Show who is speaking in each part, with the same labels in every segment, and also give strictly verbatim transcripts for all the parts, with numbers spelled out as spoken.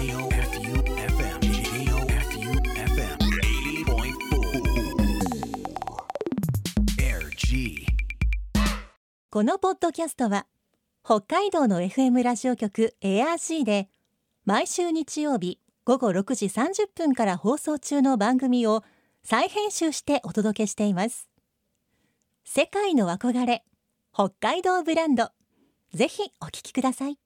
Speaker 1: エーオーエフユーエフエム エーオーエフユーエフエム はちじゅうてんよん エーアールジー。
Speaker 2: このポッドキャストは北海道の エフエム ラジオ局 エーアールジー で毎週日曜日午後ろくじさんじゅっぷんから放送中の番組を再編集してお届けしています。世界の憧れ北海道ブランド、ぜひお聞きください。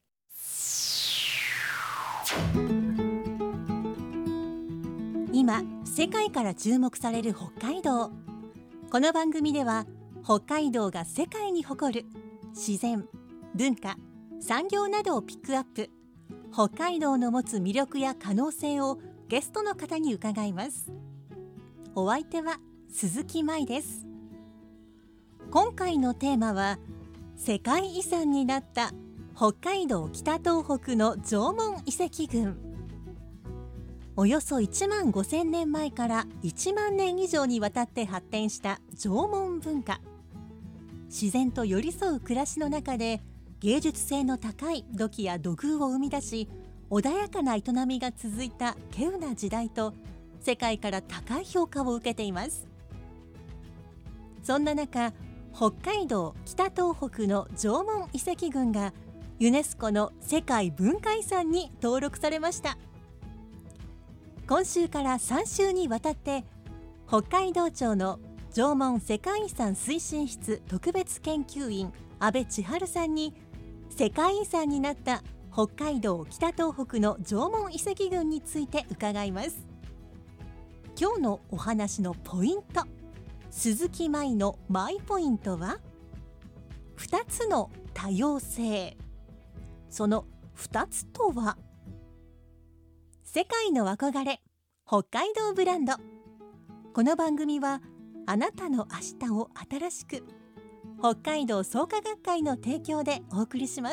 Speaker 2: 今世界から注目される北海道。この番組では北海道が世界に誇る自然、文化、産業などをピックアップ。北海道の持つ魅力や可能性をゲストの方に伺います。お相手は鈴木舞です。今回のテーマは世界遺産になった北海道北東北の縄文遺跡群。およそいちまんごせんねんまえからいちまんねん以上にわたって発展した縄文文化。自然と寄り添う暮らしの中で芸術性の高い土器や土偶を生み出し、穏やかな営みが続いた稀有な時代と世界から高い評価を受けています。そんな中、北海道北東北の縄文遺跡群がユネスコの世界文化遺産に登録されました。今週からさん週にわたって北海道庁の縄文世界遺産推進室特別研究員阿部千春さんに世界遺産になった北海道北東北の縄文遺跡群について伺います。今日のお話のポイント、鈴木舞のマイポイントはふたつの多様性。そのふたつとは、世界の憧れ北海道ブランド。この番組はあなたの明日を新しく、北海道創価学会の提供でお送りします。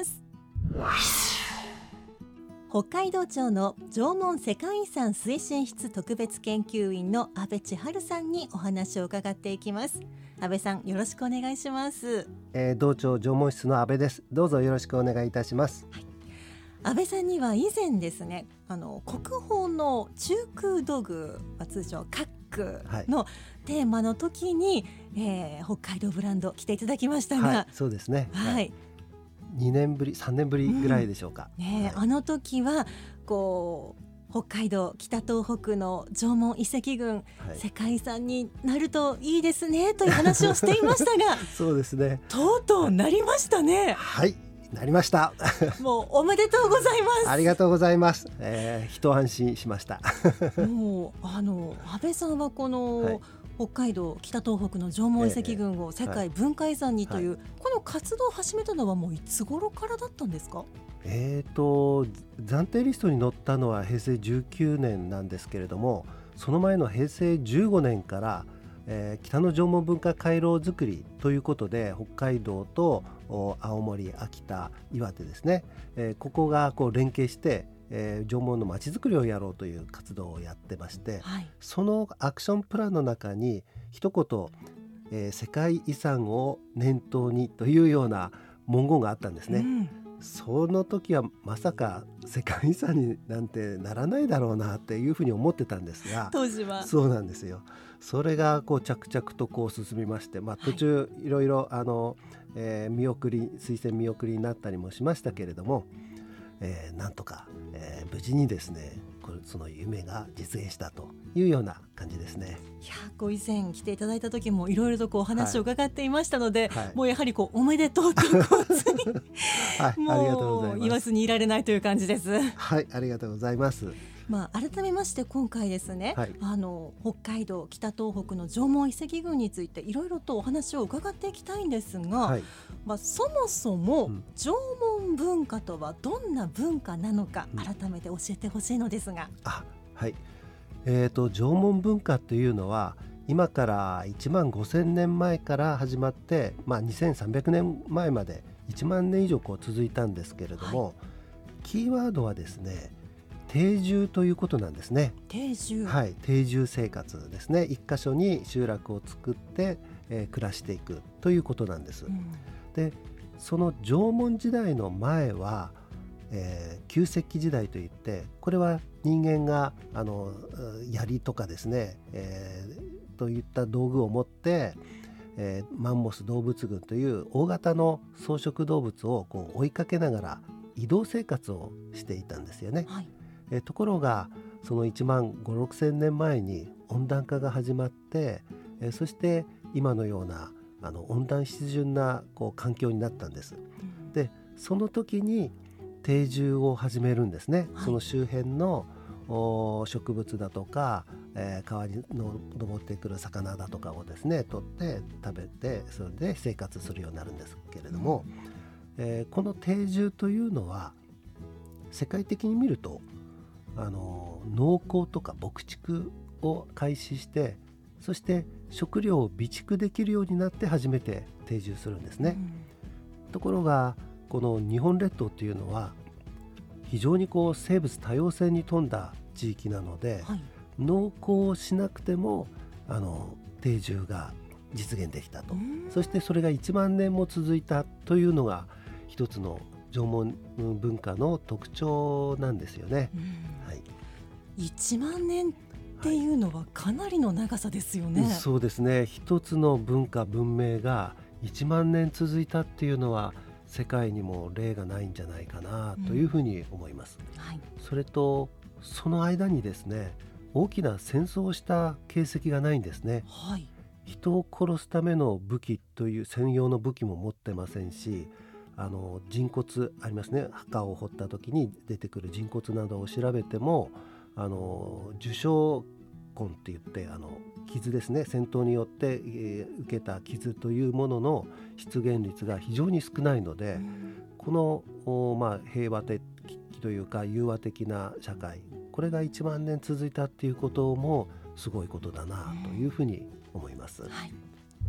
Speaker 2: 北海道庁の縄文世界遺産推進室特別研究員の阿部千春さんにお話を伺っていきます。阿部さん、よろしくお願いします。
Speaker 3: えー、道庁縄文室の阿部です。どうぞよろしくお願いいたします。
Speaker 2: はい、阿部さんには以前ですね、あの国宝の中空土偶、通称カックのテーマの時に、えー、北海道ブランド来ていただきましたが、
Speaker 3: はい、そうですね、
Speaker 2: はいはい、
Speaker 3: にねんぶりさんねんぶりぐらいでしょうか、
Speaker 2: うんねはい、あの時はこう北海道北東北の縄文遺跡群、はい、世界遺産になるといいですねという話をしていましたが
Speaker 3: そうですね、
Speaker 2: とうとうなりましたね。
Speaker 3: はい、なりました
Speaker 2: もうおめでとうございます。
Speaker 3: ありがとうございます、えー、一安心しました
Speaker 2: もうあの阿部さんはこの、はい、北海道北東北の縄文遺跡群を世界文化遺産にという、えーはい、この活動を始めたのはもういつ頃からだったんですか？
Speaker 3: えーと暫定リストに載ったのはへいせいじゅうきゅうねんなんですけれども、その前のへいせいじゅうごねんから、えー、北の縄文文化回廊づくりということで北海道と青森、秋田、岩手ですね、えー、ここがこう連携して、えー、縄文のまちづくりをやろうという活動をやってまして、はい、そのアクションプランの中に一言、えー、世界遺産を念頭にというような文言があったんですね、うん、その時はまさか世界遺産になんてならないだろうなっていうふうに思ってたんですが、
Speaker 2: 当時は
Speaker 3: そうなんですよ。それがこう着々とこう進みまして、まあ、途中いろいろあの、えー、見送り推薦見送りになったりもしましたけれども、えー、なんとか、えー、無事にですねこれその夢が実現したというような感じですね。
Speaker 2: いやご以前来ていただいた時もいろいろとこうお話を伺っていましたので、
Speaker 3: はいはい、
Speaker 2: もうやはりこうおめでとうというこうつい
Speaker 3: はい、
Speaker 2: もう
Speaker 3: ありがとうございます。
Speaker 2: 言わずにいられないという感じです。
Speaker 3: はい、ありがとうございます。
Speaker 2: まあ、改めまして今回ですね、はい、あの北海道北東北の縄文遺跡群についていろいろとお話を伺っていきたいんですが、はい、まあ、そもそも縄文文化とはどんな文化なのか、うん、改めて教えてほしいのですが。
Speaker 3: あ、はい、えーと、縄文文化というのは今からいちまんごせんねんまえから始まって、まあ、にせんさんびゃくねんまえまでいちまんねん以上こう続いたんですけれども、はい、キーワードはですね定住ということなんですね。
Speaker 2: 定住、
Speaker 3: はい、定住生活ですね。一箇所に集落を作って、えー、暮らしていくということなんです、うん、でその縄文時代の前は、 えー、旧石器時代といって、これは人間があの槍とかですね、えー、といった道具を持って、えー、マンモス動物群という大型の草食動物をこう追いかけながら移動生活をしていたんですよね、はい。えー、ところがそのいちまんごせんろくせんねんまえに温暖化が始まって、えー、そして今のようなあの温暖湿潤なこう環境になったんです、うん、でその時に定住を始めるんですね、はい。その周辺の植物だとか、えー、川にの登ってくる魚だとかをですね取って食べて、それで生活するようになるんですけれども、うん、えー、この定住というのは世界的に見るとあの農耕とか牧畜を開始して、そして食料を備蓄できるようになって初めて定住するんですね、うん、ところがこの日本列島っていうのは非常にこう生物多様性に富んだ地域なので、はい、農耕をしなくてもあの定住が実現できたと。そしてそれがいちまんねんも続いたというのが一つの縄文文化の特徴なんですよね、はい、
Speaker 2: いちまんねんっていうのはかなりの長さですよね、
Speaker 3: はい、そうですね。一つの文化文明がいちまんねん続いたっていうのは世界にも例がないんじゃないかなというふうに思います、うん、はい。それとその間にですね、大きな戦争をした形跡がないんですね、はい。人を殺すための武器という専用の武器も持ってませんし、あの人骨ありますね、墓を掘った時に出てくる人骨などを調べても、あの受傷痕って言ってあの傷ですね、戦闘によって、えー、受けた傷というものの出現率が非常に少ないので、うん、この、まあ、平和的というか融和的な社会、これがいちまんねん続いたっていうこともすごいことだなというふうに思います、うん、はい。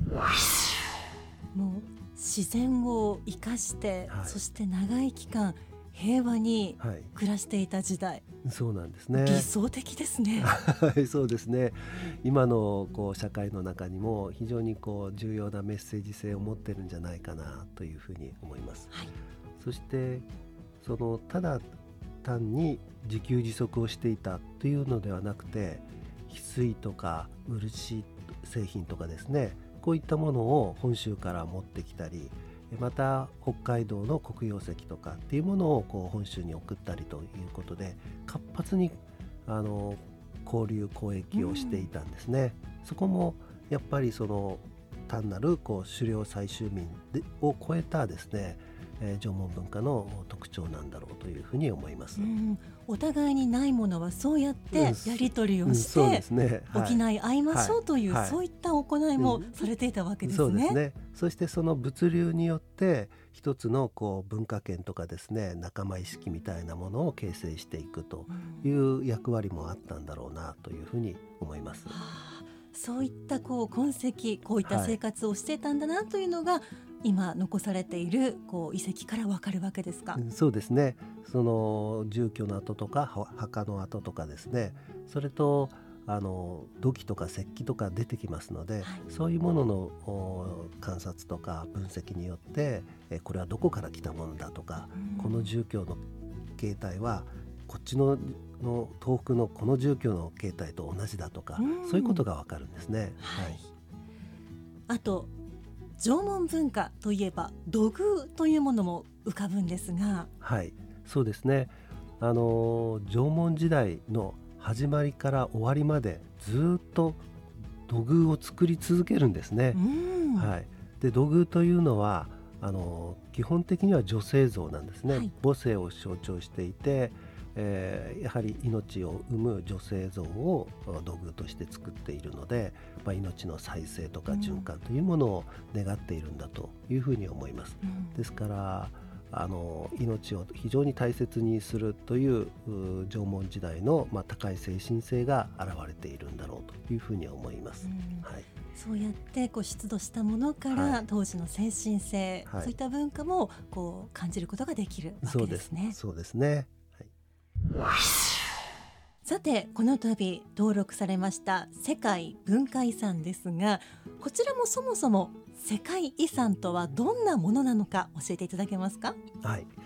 Speaker 2: もう自然を生かして、はい、そして長い期間平和に暮らしていた時代、
Speaker 3: はい、そうなんですね。
Speaker 2: 理想的ですね
Speaker 3: はいそうですね。今のこう社会の中にも非常にこう重要なメッセージ性を持ってるんじゃないかなというふうに思います、はい。そしてそのただ単に自給自足をしていたというのではなくて、翡翠とか漆製品とかですね、こういったものを本州から持ってきたり、また北海道の黒曜石とかっていうものをこう本州に送ったりということで活発にあの交流交易をしていたんですね、うん、そこもやっぱりその単なるこう狩猟採集民を超えたですね、えー、縄文文化の特徴なんだろうというふうに思います、うん、
Speaker 2: お互いにないものはそうやってやり取りをして、うんうんそうですねはい、補い合いましょうという、はい、そういった行いもされていたわけですね、うん、そうですね。
Speaker 3: そしてその物流によって一つのこう文化圏とかですね、仲間意識みたいなものを形成していくという役割もあったんだろうなというふうに思います、うん、は
Speaker 2: あ、そういったこう痕跡、こういった生活をしていたんだなというのが、はい、今残されているこう遺跡からわかるわけですか。
Speaker 3: そうですね。その住居の跡とか墓の跡とかですね、それとあの土器とか石器とか出てきますので、はい、そういうものの観察とか分析によってえこれはどこから来たものだとか、うん、この住居の形態はこっちのの東北のこの住居の形態と同じだとか、うん、そういうことがわかるんですね、はいはい。
Speaker 2: あと縄文文化といえば土偶というものも浮かぶんですが、
Speaker 3: はいそうですね。あの縄文時代の始まりから終わりまでずっと土偶を作り続けるんですね、うんはい、で土偶というのはあの基本的には女性像なんですね、はい、母性を象徴していて、えー、やはり命を生む女性像を土偶として作っているので、まあ、命の再生とか循環というものを願っているんだというふうに思います、うん、ですからあの命を非常に大切にするという縄文時代の、まあ、高い精神性が現れているんだろうというふうに思います、うんはい、
Speaker 2: そうやってこう出土したものから、はい、当時の精神性、はい、そういった文化もこう感じることができるわけですね。
Speaker 3: そうですね、はい、
Speaker 2: さてこの度登録されました世界文化遺産ですが、こちらもそもそも世界遺産とはどんなものなのか教えていただけますか。
Speaker 3: はい、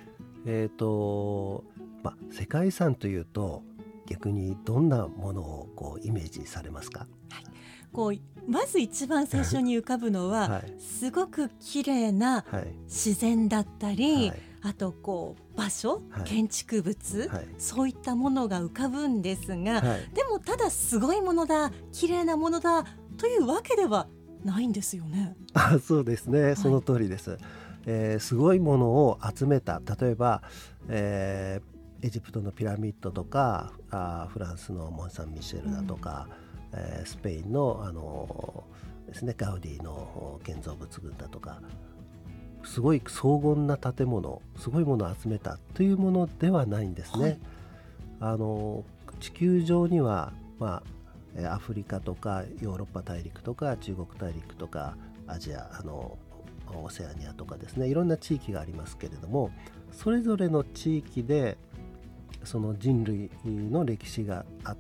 Speaker 3: えーとま、世界遺産というと逆にどんなものをこうイメージされますか？
Speaker 2: はい、こうまず一番最初に浮かぶのは、はい、すごく綺麗な自然だったり、はい、あとこう場所、はい、建築物、はい、そういったものが浮かぶんですが、はい、でもただすごいものだ綺麗なものだというわけではないんですよね。
Speaker 3: あ、そうですね、その通りです、はい。えー、すごいものを集めた、例えば、えー、エジプトのピラミッドとか、あフランスのモン・サン・ミシェルだとか、うん、えー、スペインの、あのーですね、ガウディの建造物群だとか、すごい荘厳な建物、すごいものを集めたというものではないんですね、はい。あのー、地球上には、まあ、アフリカとかヨーロッパ大陸とか中国大陸とかアジア、あのオセアニアとかですね、いろんな地域がありますけれども、それぞれの地域でその人類の歴史があって、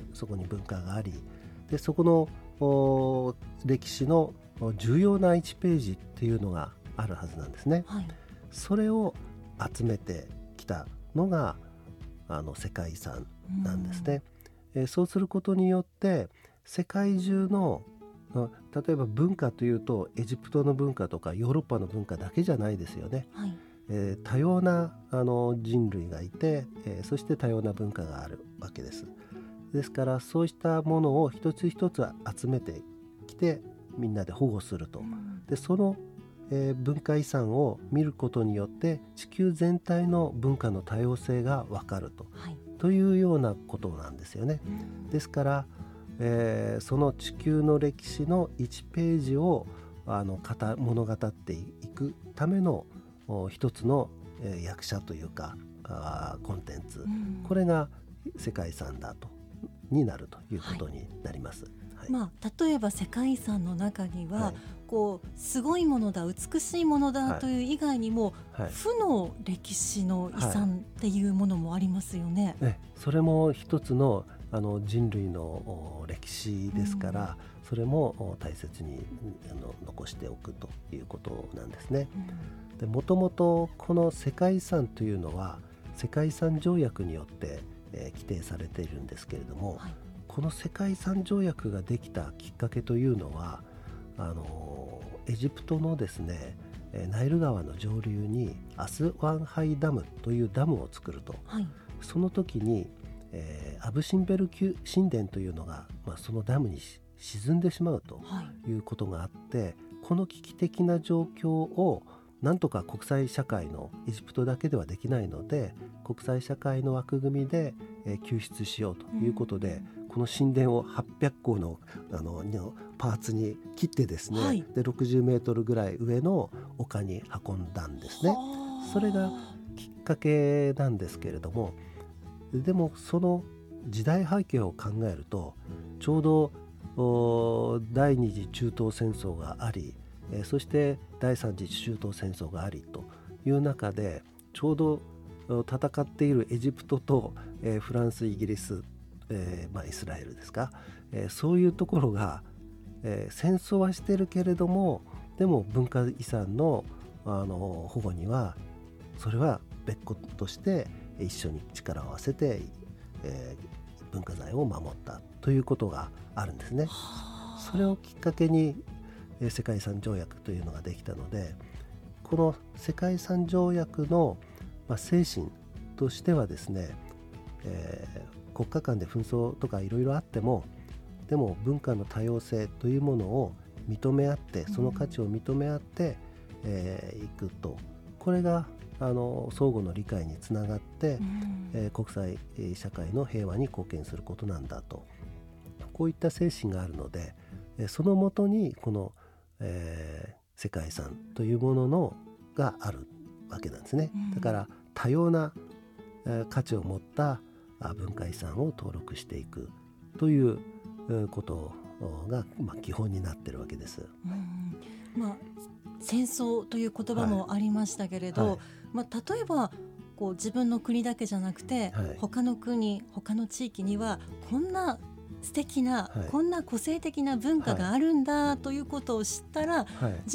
Speaker 3: そこに文化があり、でそこの歴史の重要ないちページっていうのがあるはずなんですね、はい。それを集めてきたのがあの世界遺産なんですね。えー、そうすることによって世界中の、例えば文化というとエジプトの文化とかヨーロッパの文化だけじゃないですよね、はい。えー、多様なあの人類がいて、えー、そして多様な文化があるわけです。ですからそうしたものを一つ一つ集めてきてみんなで保護すると、うん、でその、えー、文化遺産を見ることによって地球全体の文化の多様性が分かると、はい、というようなことなんですよね、うん、ですから、えー、その地球の歴史のいちページをあの語物語っていくための一つの、えー、役者というかあコンテンツ、うん、これが世界遺産だとになるということになります、はいはい。
Speaker 2: まあ、例えば世界遺産の中には、はい、こうすごいものだ美しいものだという以外にも、はい、負の歴史の遺産っていうものもありますよね、
Speaker 3: はい、ね、それも一つの、あの人類の歴史ですから、うん、それも大切にあの残しておくということなんですね、うん。でもともとこの世界遺産というのは世界遺産条約によってえー、規定されているんですけれども、はい、この世界遺産条約ができたきっかけというのは、あのー、エジプトのですね、ナイル川の上流にアスワンハイダムというダムを作ると、はい、その時に、えー、アブシンベル神殿というのが、まあ、そのダムに沈んでしまうということがあって、はい、この危機的な状況をなんとか国際社会のエジプトだけではできないので、国際社会の枠組みで、えー、救出しようということで、うん、この神殿をはっぴゃっこの、あのパーツに切ってですね、はい、でろくじゅうメートルぐらい上の丘に運んだんですね。それがきっかけなんですけれども、でもその時代背景を考えると、ちょうど第二次中東戦争があり、えー、そして第三次中東戦争がありという中で、ちょうど戦っているエジプトと、えー、フランス、イギリス、えーまあ、イスラエルですか、えー、そういうところが、えー、戦争はしてるけれども、でも文化遺産の、あの保護にはそれは別個として一緒に力を合わせて、えー、文化財を守ったということがあるんですね。それをきっかけに世界遺産条約というのができたので、この世界遺産条約の、まあ、精神としてはですね、えー、国家間で紛争とかいろいろあっても、でも文化の多様性というものを認め合って、その価値を認め合って、えー、いくと、これがあの相互の理解につながって、うん、えー、国際社会の平和に貢献することなんだと、こういった精神があるので、そのもとにこの、えー、世界遺産というもののがあるわけなんですね、うん、だから多様な、えー、価値を持った文化遺産を登録していくということが、まあ、基本になっているわけです、
Speaker 2: うん、まあ、戦争という言葉もありましたけれど、はいはい、まあ、例えばこう自分の国だけじゃなくて、はい、他の国他の地域にはこんな素敵な、はい、こんな個性的な文化があるんだということを知ったら、はい、じゃあ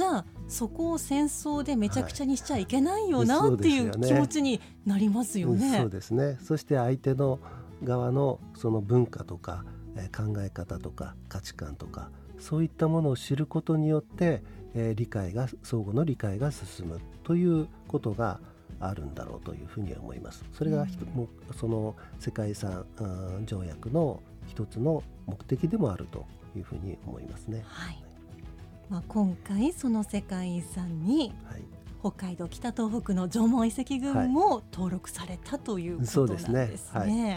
Speaker 2: そこを戦争でめちゃくちゃにしちゃいけないよな、
Speaker 3: はい、
Speaker 2: っていう気持ちになりますよね。
Speaker 3: そうですね。そして相手の側のその文化とか、えー、考え方とか価値観とかそういったものを知ることによって、えー、理解が相互の理解が進むということがあるんだろうというふうに思います。それが、うん、もその世界遺産条約の一つの目的でもあるというふうに思いますね。
Speaker 2: はい、まあ、今回その世界遺産に、はい、北海道北東北の縄文遺跡群も登録されたということなんですね。そうですね。はいはい、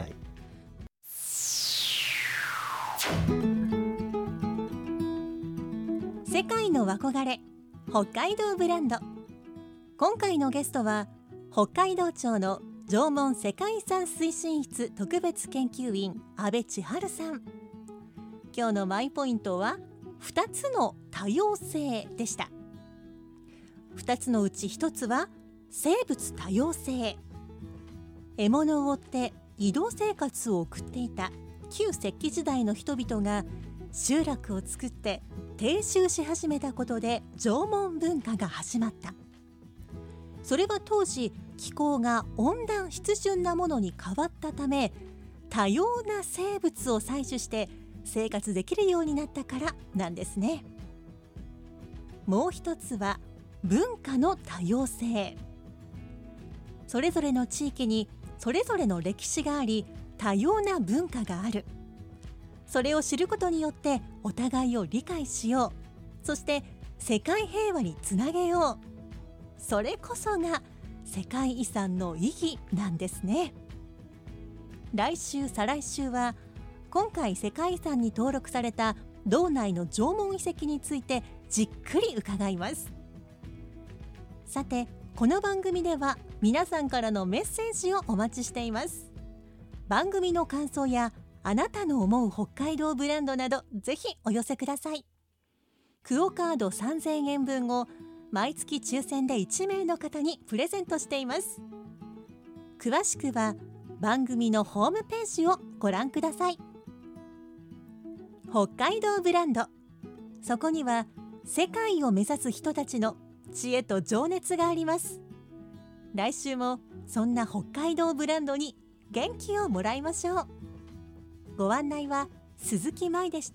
Speaker 2: 世界の憧れ北海道ブランド。今回のゲストは北海道庁の縄文世界遺産推進室特別研究員阿部千春さん。今日のマイポイントはふたつの多様性でした。ふたつのうちひとつは生物多様性。獲物を追って移動生活を送っていた旧石器時代の人々が集落を作って定住し始めたことで縄文文化が始まった。それは当時気候が温暖湿潤なものに変わったため、多様な生物を採取して生活できるようになったからなんですね。もう一つは文化の多様性。それぞれの地域にそれぞれの歴史があり、多様な文化がある。それを知ることによってお互いを理解しよう。そして世界平和につなげよう。それこそが世界遺産の意義なんですね。来週再来週は今回世界遺産に登録された道内の縄文遺跡についてじっくり伺います。さて、この番組では皆さんからのメッセージをお待ちしています。番組の感想やあなたの思う北海道ブランドなどぜひお寄せください。クオカードさんぜんえんぶんを毎月抽選でいちめいの方にプレゼントしています。詳しくは番組のホームページをご覧ください。北海道ブランド、そこには世界を目指す人たちの知恵と情熱があります。来週もそんな北海道ブランドに元気をもらいましょう。ご案内は鈴木舞でした。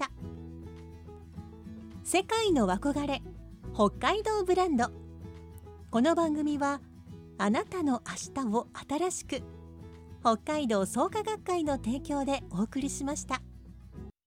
Speaker 2: 世界の憧れ北海道ブランド。この番組はあなたの明日を新しく、北海道創価学会の提供でお送りしました。